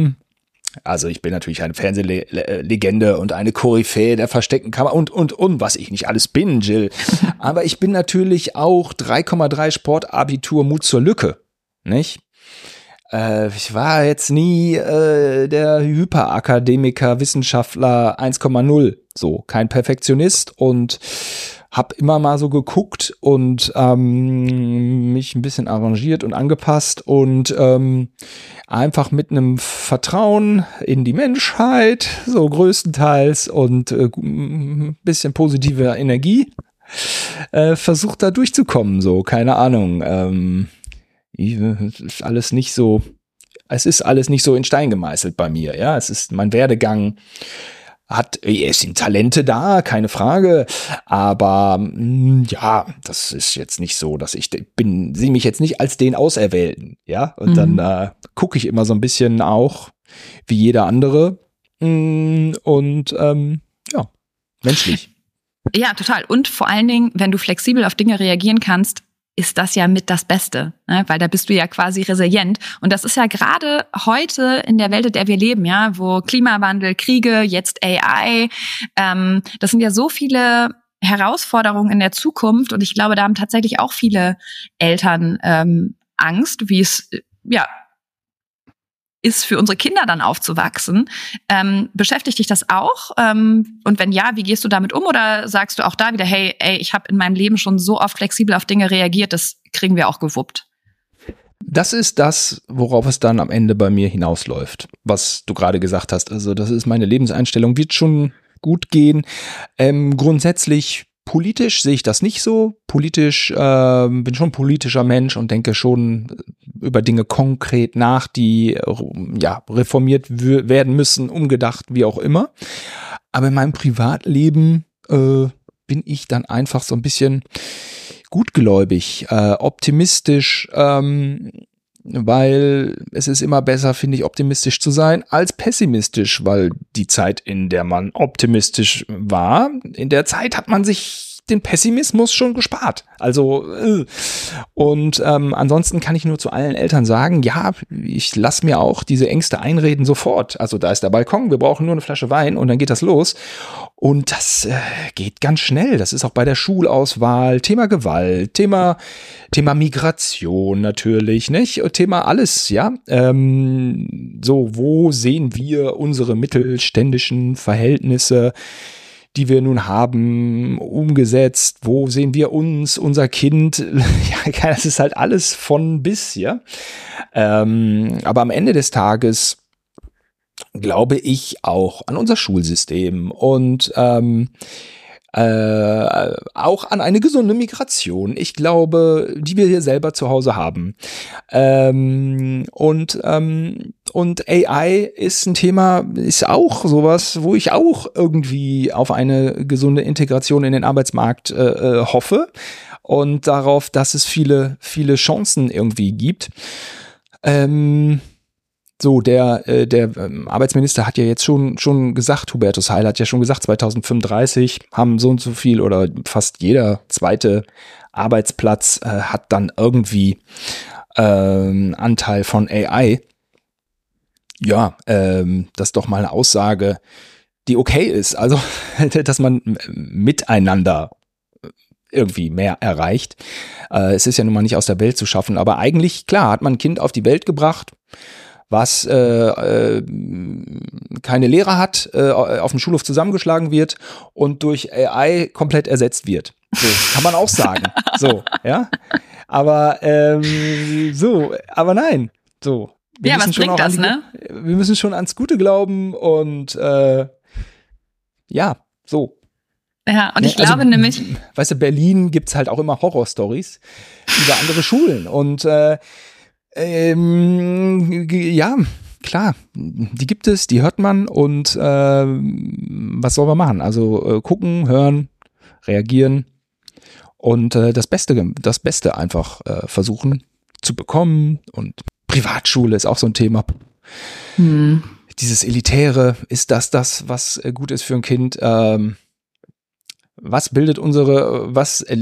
ich bin natürlich eine Fernsehlegende und eine Koryphäe der versteckten Kamera und, was ich nicht alles bin, Jill. Aber ich bin natürlich auch 3,3 Sportabitur Mut zur Lücke, nicht? Ich war jetzt nie der Hyperakademiker, Wissenschaftler 1,0, so, kein Perfektionist und hab immer mal so geguckt und mich ein bisschen arrangiert und angepasst und einfach mit einem Vertrauen in die Menschheit, so größtenteils und ein bisschen positiver Energie versucht da durchzukommen, so, keine Ahnung. Es ist alles nicht so in Stein gemeißelt bei mir, ja, es ist mein Werdegang. Es sind Talente da, keine Frage, aber ja, das ist jetzt nicht so, dass sehe mich jetzt nicht als den Auserwählten, ja, und dann gucke ich immer so ein bisschen auch wie jeder andere und ja, menschlich. Ja, total. Und vor allen Dingen, wenn du flexibel auf Dinge reagieren kannst, ist das ja mit das Beste, ne? Weil da bist du ja quasi resilient. Und das ist ja gerade heute in der Welt, in der wir leben, ja, wo Klimawandel, Kriege, jetzt AI, das sind ja so viele Herausforderungen in der Zukunft. Und ich glaube, da haben tatsächlich auch viele Eltern Angst, wie es ist für unsere Kinder dann aufzuwachsen. Beschäftigt dich das auch? Und wenn ja, wie gehst du damit um? Oder sagst du auch da wieder, hey, ich habe in meinem Leben schon so oft flexibel auf Dinge reagiert, das kriegen wir auch gewuppt? Das ist das, worauf es dann am Ende bei mir hinausläuft, was du gerade gesagt hast. Also das ist meine Lebenseinstellung, wird schon gut gehen. Grundsätzlich politisch sehe ich das nicht so. Politisch bin schon ein politischer Mensch und denke schon über Dinge konkret nach, die reformiert werden müssen, umgedacht, wie auch immer. Aber in meinem Privatleben bin ich dann einfach so ein bisschen gutgläubig, optimistisch, weil es ist immer besser, finde ich, optimistisch zu sein als pessimistisch, weil die Zeit, in der man optimistisch war, in der Zeit hat man sich den Pessimismus schon gespart. Also und ansonsten kann ich nur zu allen Eltern sagen, ja, ich lasse mir auch diese Ängste einreden sofort. Also da ist der Balkon, wir brauchen nur eine Flasche Wein und dann geht das los. Und das geht ganz schnell. Das ist auch bei der Schulauswahl, Thema Gewalt, Thema Migration natürlich, nicht? Thema alles, ja. So, wo sehen wir unsere mittelständischen Verhältnisse, die wir nun haben, umgesetzt? Wo sehen wir uns, unser Kind? Ja, das ist halt alles von bis, ja. Aber am Ende des Tages glaube ich auch an unser Schulsystem und auch an eine gesunde Migration. Ich glaube, die wir hier selber zu Hause haben. Und AI ist ein Thema, ist auch sowas, wo ich auch irgendwie auf eine gesunde Integration in den Arbeitsmarkt hoffe und darauf, dass es viele, viele Chancen irgendwie gibt. So, der Arbeitsminister hat ja jetzt schon gesagt, Hubertus Heil hat ja schon gesagt, 2035 haben so und so viel oder fast jeder zweite Arbeitsplatz hat dann irgendwie Anteil von AI. Ja, das ist doch mal eine Aussage, die okay ist. Also, dass man miteinander irgendwie mehr erreicht. Es ist ja nun mal nicht aus der Welt zu schaffen, aber eigentlich, klar, hat man ein Kind auf die Welt gebracht, was keine Lehrer hat, auf dem Schulhof zusammengeschlagen wird und durch AI komplett ersetzt wird. So, kann man auch sagen. So, ja. Aber aber nein. So. Ja, was bringt das, ne? Wir müssen schon ans Gute glauben und ja, so. Ja, und ich glaube nämlich. Weißt du, Berlin gibt's halt auch immer Horrorstories über andere Schulen und ja, klar, die gibt es, die hört man und was soll man machen? Also gucken, hören, reagieren und das Beste einfach versuchen zu bekommen. Und Privatschule ist auch so ein Thema. Dieses Elitäre, ist das, was gut ist für ein Kind? Was bildet unsere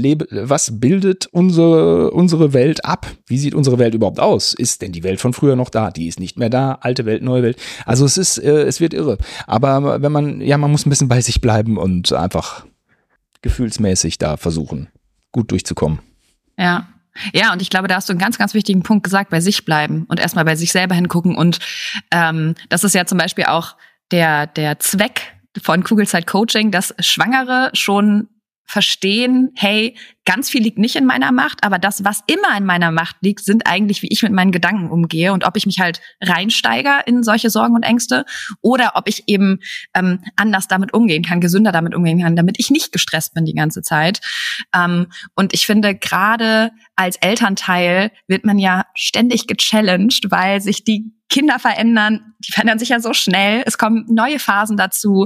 Welt ab? Wie sieht unsere Welt überhaupt aus? Ist denn die Welt von früher noch da? Die ist nicht mehr da. Alte Welt, neue Welt. Also es wird irre. Aber man muss ein bisschen bei sich bleiben und einfach gefühlsmäßig da versuchen, gut durchzukommen. Ja. Ja, und ich glaube, da hast du einen ganz, ganz wichtigen Punkt gesagt, bei sich bleiben und erstmal bei sich selber hingucken. Und das ist ja zum Beispiel auch der Zweck von Kugelzeit-Coaching, dass Schwangere schon verstehen, hey, ganz viel liegt nicht in meiner Macht, aber das, was immer in meiner Macht liegt, sind eigentlich, wie ich mit meinen Gedanken umgehe und ob ich mich halt reinsteige in solche Sorgen und Ängste oder ob ich eben anders damit umgehen kann, gesünder damit umgehen kann, damit ich nicht gestresst bin die ganze Zeit. Und ich finde, gerade als Elternteil wird man ja ständig gechallenged, weil sich die Kinder die verändern sich ja so schnell, es kommen neue Phasen dazu,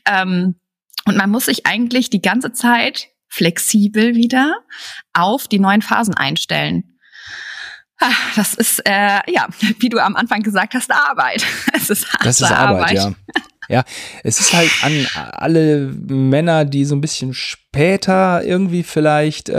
und man muss sich eigentlich die ganze Zeit flexibel wieder auf die neuen Phasen einstellen. Das ist, wie du am Anfang gesagt hast, Arbeit. Es ist harte Das ist Arbeit, ja. Ja, es ist halt an alle Männer, die so ein bisschen später irgendwie vielleicht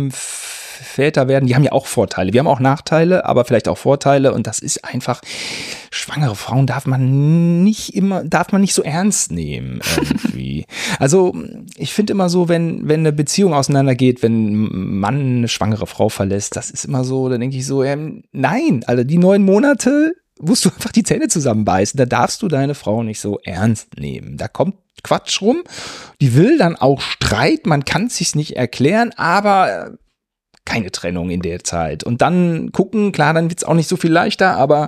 Väter werden, die haben ja auch Vorteile. Wir haben auch Nachteile, aber vielleicht auch Vorteile und das ist einfach, schwangere Frauen darf man nicht so ernst nehmen irgendwie. Also ich finde immer so, wenn eine Beziehung auseinandergeht, wenn ein Mann eine schwangere Frau verlässt, das ist immer so, dann denke ich so, nein, also die 9 Monate musst du einfach die Zähne zusammenbeißen, da darfst du deine Frau nicht so ernst nehmen. Da kommt Quatsch rum, die will dann auch Streit, man kann es sich nicht erklären, aber keine Trennung in der Zeit. Und dann gucken, klar, dann wird es auch nicht so viel leichter, aber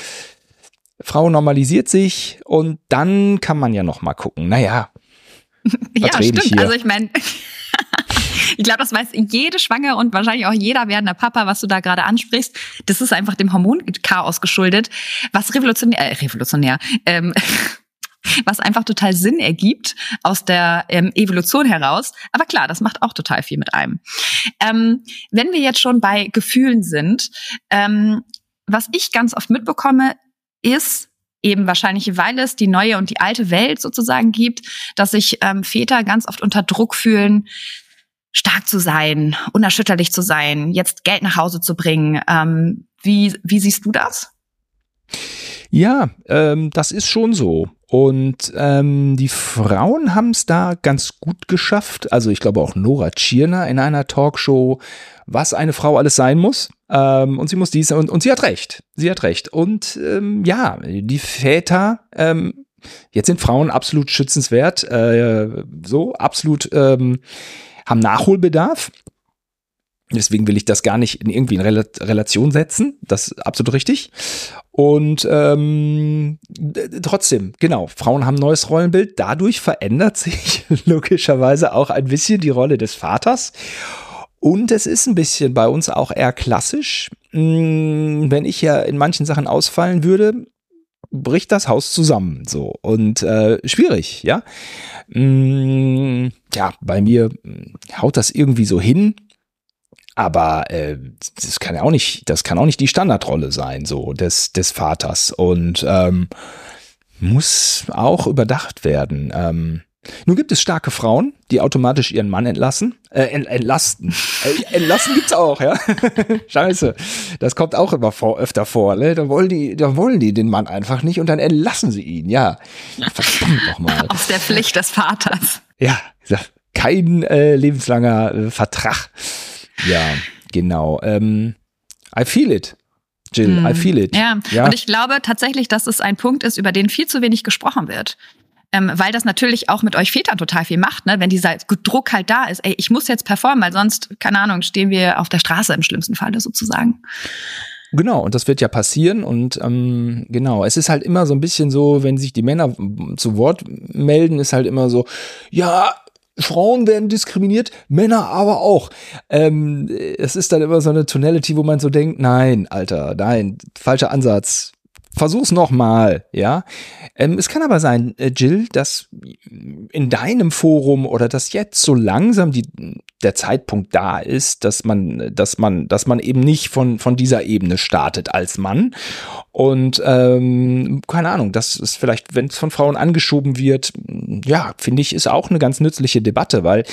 Frau normalisiert sich und dann kann man ja noch mal gucken. Naja, ja, stimmt. Also ich meine, ich glaube, das weiß jede Schwangere und wahrscheinlich auch jeder werdende Papa, was du da gerade ansprichst. Das ist einfach dem Hormonchaos geschuldet, was was einfach total Sinn ergibt aus der Evolution heraus. Aber klar, das macht auch total viel mit einem. Wenn wir jetzt schon bei Gefühlen sind, was ich ganz oft mitbekomme, ist eben wahrscheinlich, weil es die neue und die alte Welt sozusagen gibt, dass sich Väter ganz oft unter Druck fühlen, stark zu sein, unerschütterlich zu sein, jetzt Geld nach Hause zu bringen. Wie siehst du das? Ja, das ist schon so. Und die Frauen haben es da ganz gut geschafft. Also ich glaube auch Nora Tschirner in einer Talkshow, was eine Frau alles sein muss. Und sie muss dies und sie hat recht. Sie hat recht. Und ja, die Väter, jetzt sind Frauen absolut schützenswert, absolut haben Nachholbedarf. Deswegen will ich das gar nicht in irgendwie in Relation setzen. Das ist absolut richtig. Und trotzdem, genau, Frauen haben ein neues Rollenbild. Dadurch verändert sich logischerweise auch ein bisschen die Rolle des Vaters. Und es ist ein bisschen bei uns auch eher klassisch. Wenn ich ja in manchen Sachen ausfallen würde, bricht das Haus zusammen. So. Und schwierig, ja. Ja, bei mir haut das irgendwie so hin. Aber das kann auch nicht die Standardrolle sein, so des Vaters. Und muss auch überdacht werden. Nun gibt es starke Frauen, die automatisch ihren Mann entlasten. Entlasten gibt's auch, ja. Scheiße. Das kommt auch immer öfter vor, ne? Da wollen die den Mann einfach nicht und dann entlassen sie ihn, ja. Verdammt nochmal. Aus der Pflicht des Vaters. Ja, kein lebenslanger Vertrag. Ja, genau. I feel it. Jill, I feel it. Ja, und ich glaube tatsächlich, dass es ein Punkt ist, über den viel zu wenig gesprochen wird. Weil das natürlich auch mit euch Vätern total viel macht, ne? Wenn dieser Druck halt da ist, ey, ich muss jetzt performen, weil sonst, keine Ahnung, stehen wir auf der Straße im schlimmsten Falle sozusagen. Genau, und das wird ja passieren und genau, es ist halt immer so ein bisschen so, wenn sich die Männer zu Wort melden, ist halt immer so, ja, Frauen werden diskriminiert, Männer aber auch. Es ist dann immer so eine Tonality, wo man so denkt, nein, Alter, nein, falscher Ansatz. Versuch's nochmal, ja. Es kann aber sein, Jill, dass in deinem Forum oder dass jetzt so langsam der Zeitpunkt da ist, dass man eben nicht von dieser Ebene startet als Mann. Und keine Ahnung, das ist vielleicht, wenn es von Frauen angeschoben wird, ja, finde ich, ist auch eine ganz nützliche Debatte, weil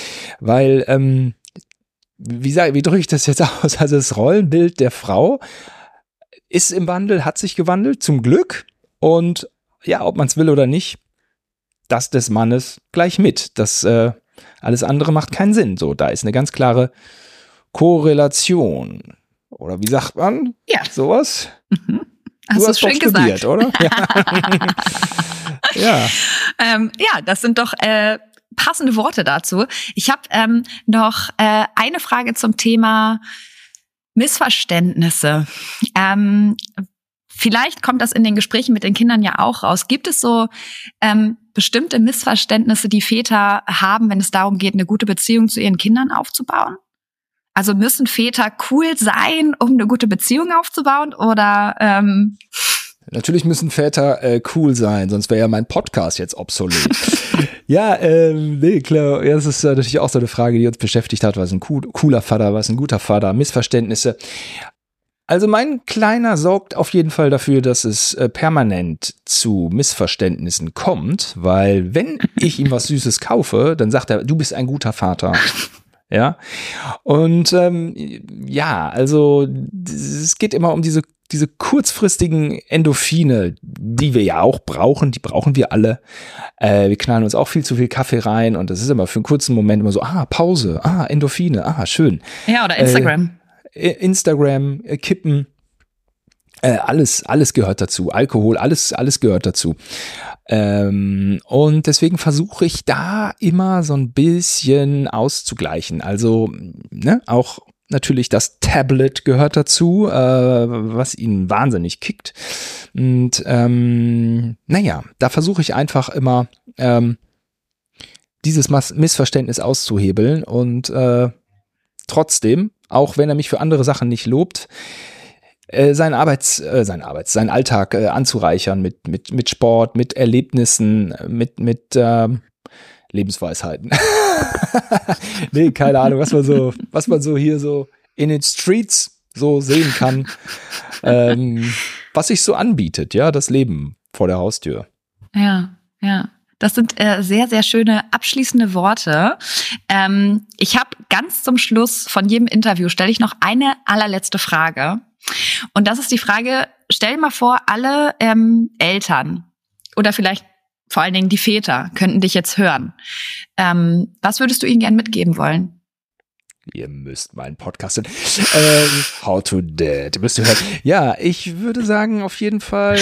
wie drücke ich das jetzt aus? Also das Rollenbild der Frau ist im Wandel, hat sich gewandelt, zum Glück. Und ja, ob man es will oder nicht, das des Mannes gleich mit. Das alles andere macht keinen Sinn. So, da ist eine ganz klare Korrelation. Oder wie sagt man? Ja. Sowas? Mhm. Hast du schön studiert, gesagt, oder? Ja. Ja, das sind doch passende Worte dazu. Ich habe noch eine Frage zum Thema Missverständnisse. Vielleicht kommt das in den Gesprächen mit den Kindern ja auch raus. Gibt es so bestimmte Missverständnisse, die Väter haben, wenn es darum geht, eine gute Beziehung zu ihren Kindern aufzubauen? Also müssen Väter cool sein, um eine gute Beziehung aufzubauen? Oder Natürlich müssen Väter cool sein, sonst wäre ja mein Podcast jetzt obsolet. Ja, nee, klar, ja, das ist natürlich auch so eine Frage, die uns beschäftigt hat. Was ist ein cooler Vater, was ist ein guter Vater, Missverständnisse. Also mein Kleiner sorgt auf jeden Fall dafür, dass es permanent zu Missverständnissen kommt, weil wenn ich ihm was Süßes kaufe, dann sagt er, du bist ein guter Vater. Ja, und ja, also es geht immer um diese kurzfristigen Endorphine, die wir ja auch brauchen, die brauchen wir alle. Wir knallen uns auch viel zu viel Kaffee rein und das ist immer für einen kurzen Moment immer so, Pause, Endorphine, schön. Ja, oder Instagram. Instagram, Kippen, alles gehört dazu. Alkohol, alles gehört dazu. Und deswegen versuche ich da immer so ein bisschen auszugleichen. Also, ne, auch natürlich das Tablet gehört dazu, was ihn wahnsinnig kickt. Und naja, da versuche ich einfach immer dieses Missverständnis auszuhebeln und trotzdem, auch wenn er mich für andere Sachen nicht lobt, seinen Alltag anzureichern mit Sport, mit Erlebnissen, mit Lebensweisheiten. Nee, keine Ahnung, was man so hier so in den Streets so sehen kann, was sich so anbietet, ja, das Leben vor der Haustür. Ja. Das sind sehr, sehr schöne abschließende Worte. Ich habe ganz zum Schluss von jedem Interview stelle ich noch eine allerletzte Frage. Und das ist die Frage, stell dir mal vor, alle Eltern oder vielleicht vor allen Dingen die Väter könnten dich jetzt hören. Was würdest du ihnen gern mitgeben wollen? Ihr müsst meinen Podcast How to Dad. Müsst ihr hören. Ja, ich würde sagen, auf jeden Fall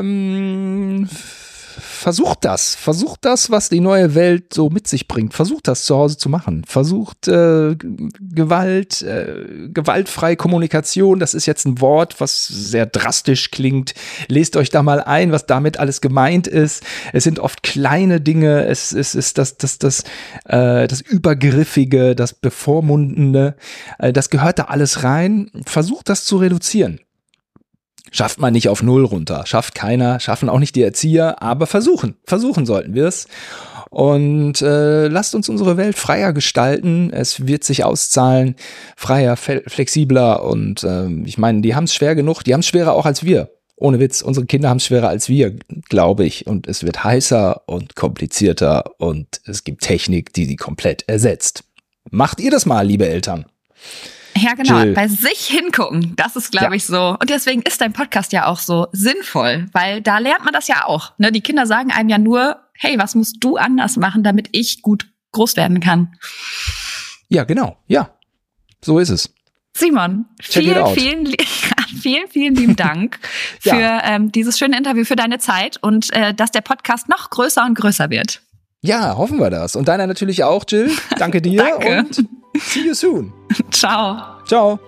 versucht das, was die neue Welt so mit sich bringt. Versucht das zu Hause zu machen. Versucht gewaltfreie Kommunikation. Das ist jetzt ein Wort, was sehr drastisch klingt. Lest euch da mal ein, was damit alles gemeint ist. Es sind oft kleine Dinge. Es ist das Übergriffige, das Bevormundende. Das gehört da alles rein. Versucht das zu reduzieren. Schafft man nicht auf 0 runter, schafft keiner, schaffen auch nicht die Erzieher, aber versuchen sollten wir es. Und lasst uns unsere Welt freier gestalten. Es wird sich auszahlen, freier, flexibler. Und ich meine, die haben es schwer genug, die haben es schwerer auch als wir. Ohne Witz, unsere Kinder haben es schwerer als wir, glaube ich. Und es wird heißer und komplizierter und es gibt Technik, die sie komplett ersetzt. Macht ihr das mal, liebe Eltern? Ja, genau. Jill. Bei sich hingucken, das ist, glaube ich, so. Und deswegen ist dein Podcast ja auch so sinnvoll, weil da lernt man das ja auch. Ne? Die Kinder sagen einem ja nur, hey, was musst du anders machen, damit ich gut groß werden kann? Ja, genau. Ja, so ist es. Simon, vielen lieben Dank für dieses schöne Interview, für deine Zeit und dass der Podcast noch größer und größer wird. Ja, hoffen wir das. Und deiner natürlich auch, Jill. Danke dir. Danke. Und see you soon. Ciao. Ciao.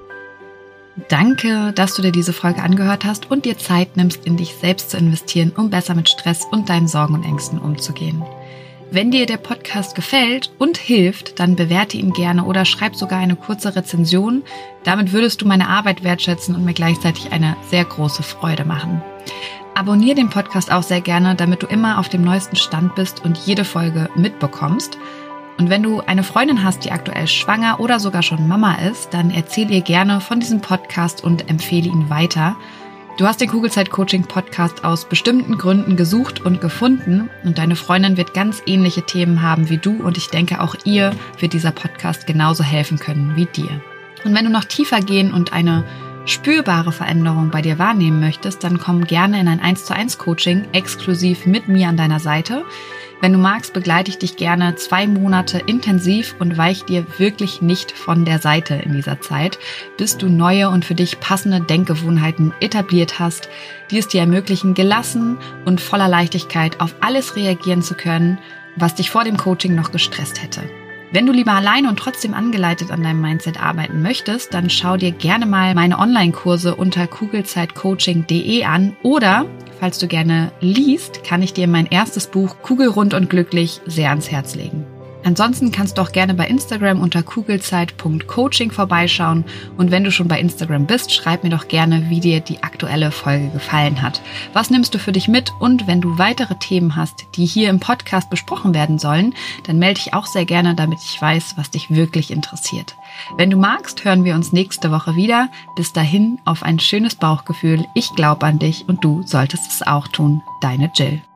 Danke, dass du dir diese Folge angehört hast und dir Zeit nimmst, in dich selbst zu investieren, um besser mit Stress und deinen Sorgen und Ängsten umzugehen. Wenn dir der Podcast gefällt und hilft, dann bewerte ihn gerne oder schreib sogar eine kurze Rezension. Damit würdest du meine Arbeit wertschätzen und mir gleichzeitig eine sehr große Freude machen. Abonniere den Podcast auch sehr gerne, damit du immer auf dem neuesten Stand bist und jede Folge mitbekommst. Und wenn du eine Freundin hast, die aktuell schwanger oder sogar schon Mama ist, dann erzähl ihr gerne von diesem Podcast und empfehle ihn weiter. Du hast den Kugelzeit-Coaching-Podcast aus bestimmten Gründen gesucht und gefunden und deine Freundin wird ganz ähnliche Themen haben wie du und ich denke, auch ihr wird dieser Podcast genauso helfen können wie dir. Und wenn du noch tiefer gehen und eine spürbare Veränderung bei dir wahrnehmen möchtest, dann komm gerne in ein 1:1 Coaching exklusiv mit mir an deiner Seite. Wenn du magst, begleite ich dich gerne 2 Monate intensiv und weich dir wirklich nicht von der Seite in dieser Zeit, bis du neue und für dich passende Denkgewohnheiten etabliert hast, die es dir ermöglichen, gelassen und voller Leichtigkeit auf alles reagieren zu können, was dich vor dem Coaching noch gestresst hätte. Wenn du lieber alleine und trotzdem angeleitet an deinem Mindset arbeiten möchtest, dann schau dir gerne mal meine Online-Kurse unter kugelzeitcoaching.de an oder, falls du gerne liest, kann ich dir mein erstes Buch Kugelrund und glücklich sehr ans Herz legen. Ansonsten kannst du auch gerne bei Instagram unter kugelzeit.coaching vorbeischauen und wenn du schon bei Instagram bist, schreib mir doch gerne, wie dir die aktuelle Folge gefallen hat. Was nimmst du für dich mit? Und wenn du weitere Themen hast, die hier im Podcast besprochen werden sollen, dann melde dich auch sehr gerne, damit ich weiß, was dich wirklich interessiert. Wenn du magst, hören wir uns nächste Woche wieder. Bis dahin auf ein schönes Bauchgefühl. Ich glaube an dich und du solltest es auch tun. Deine Jill.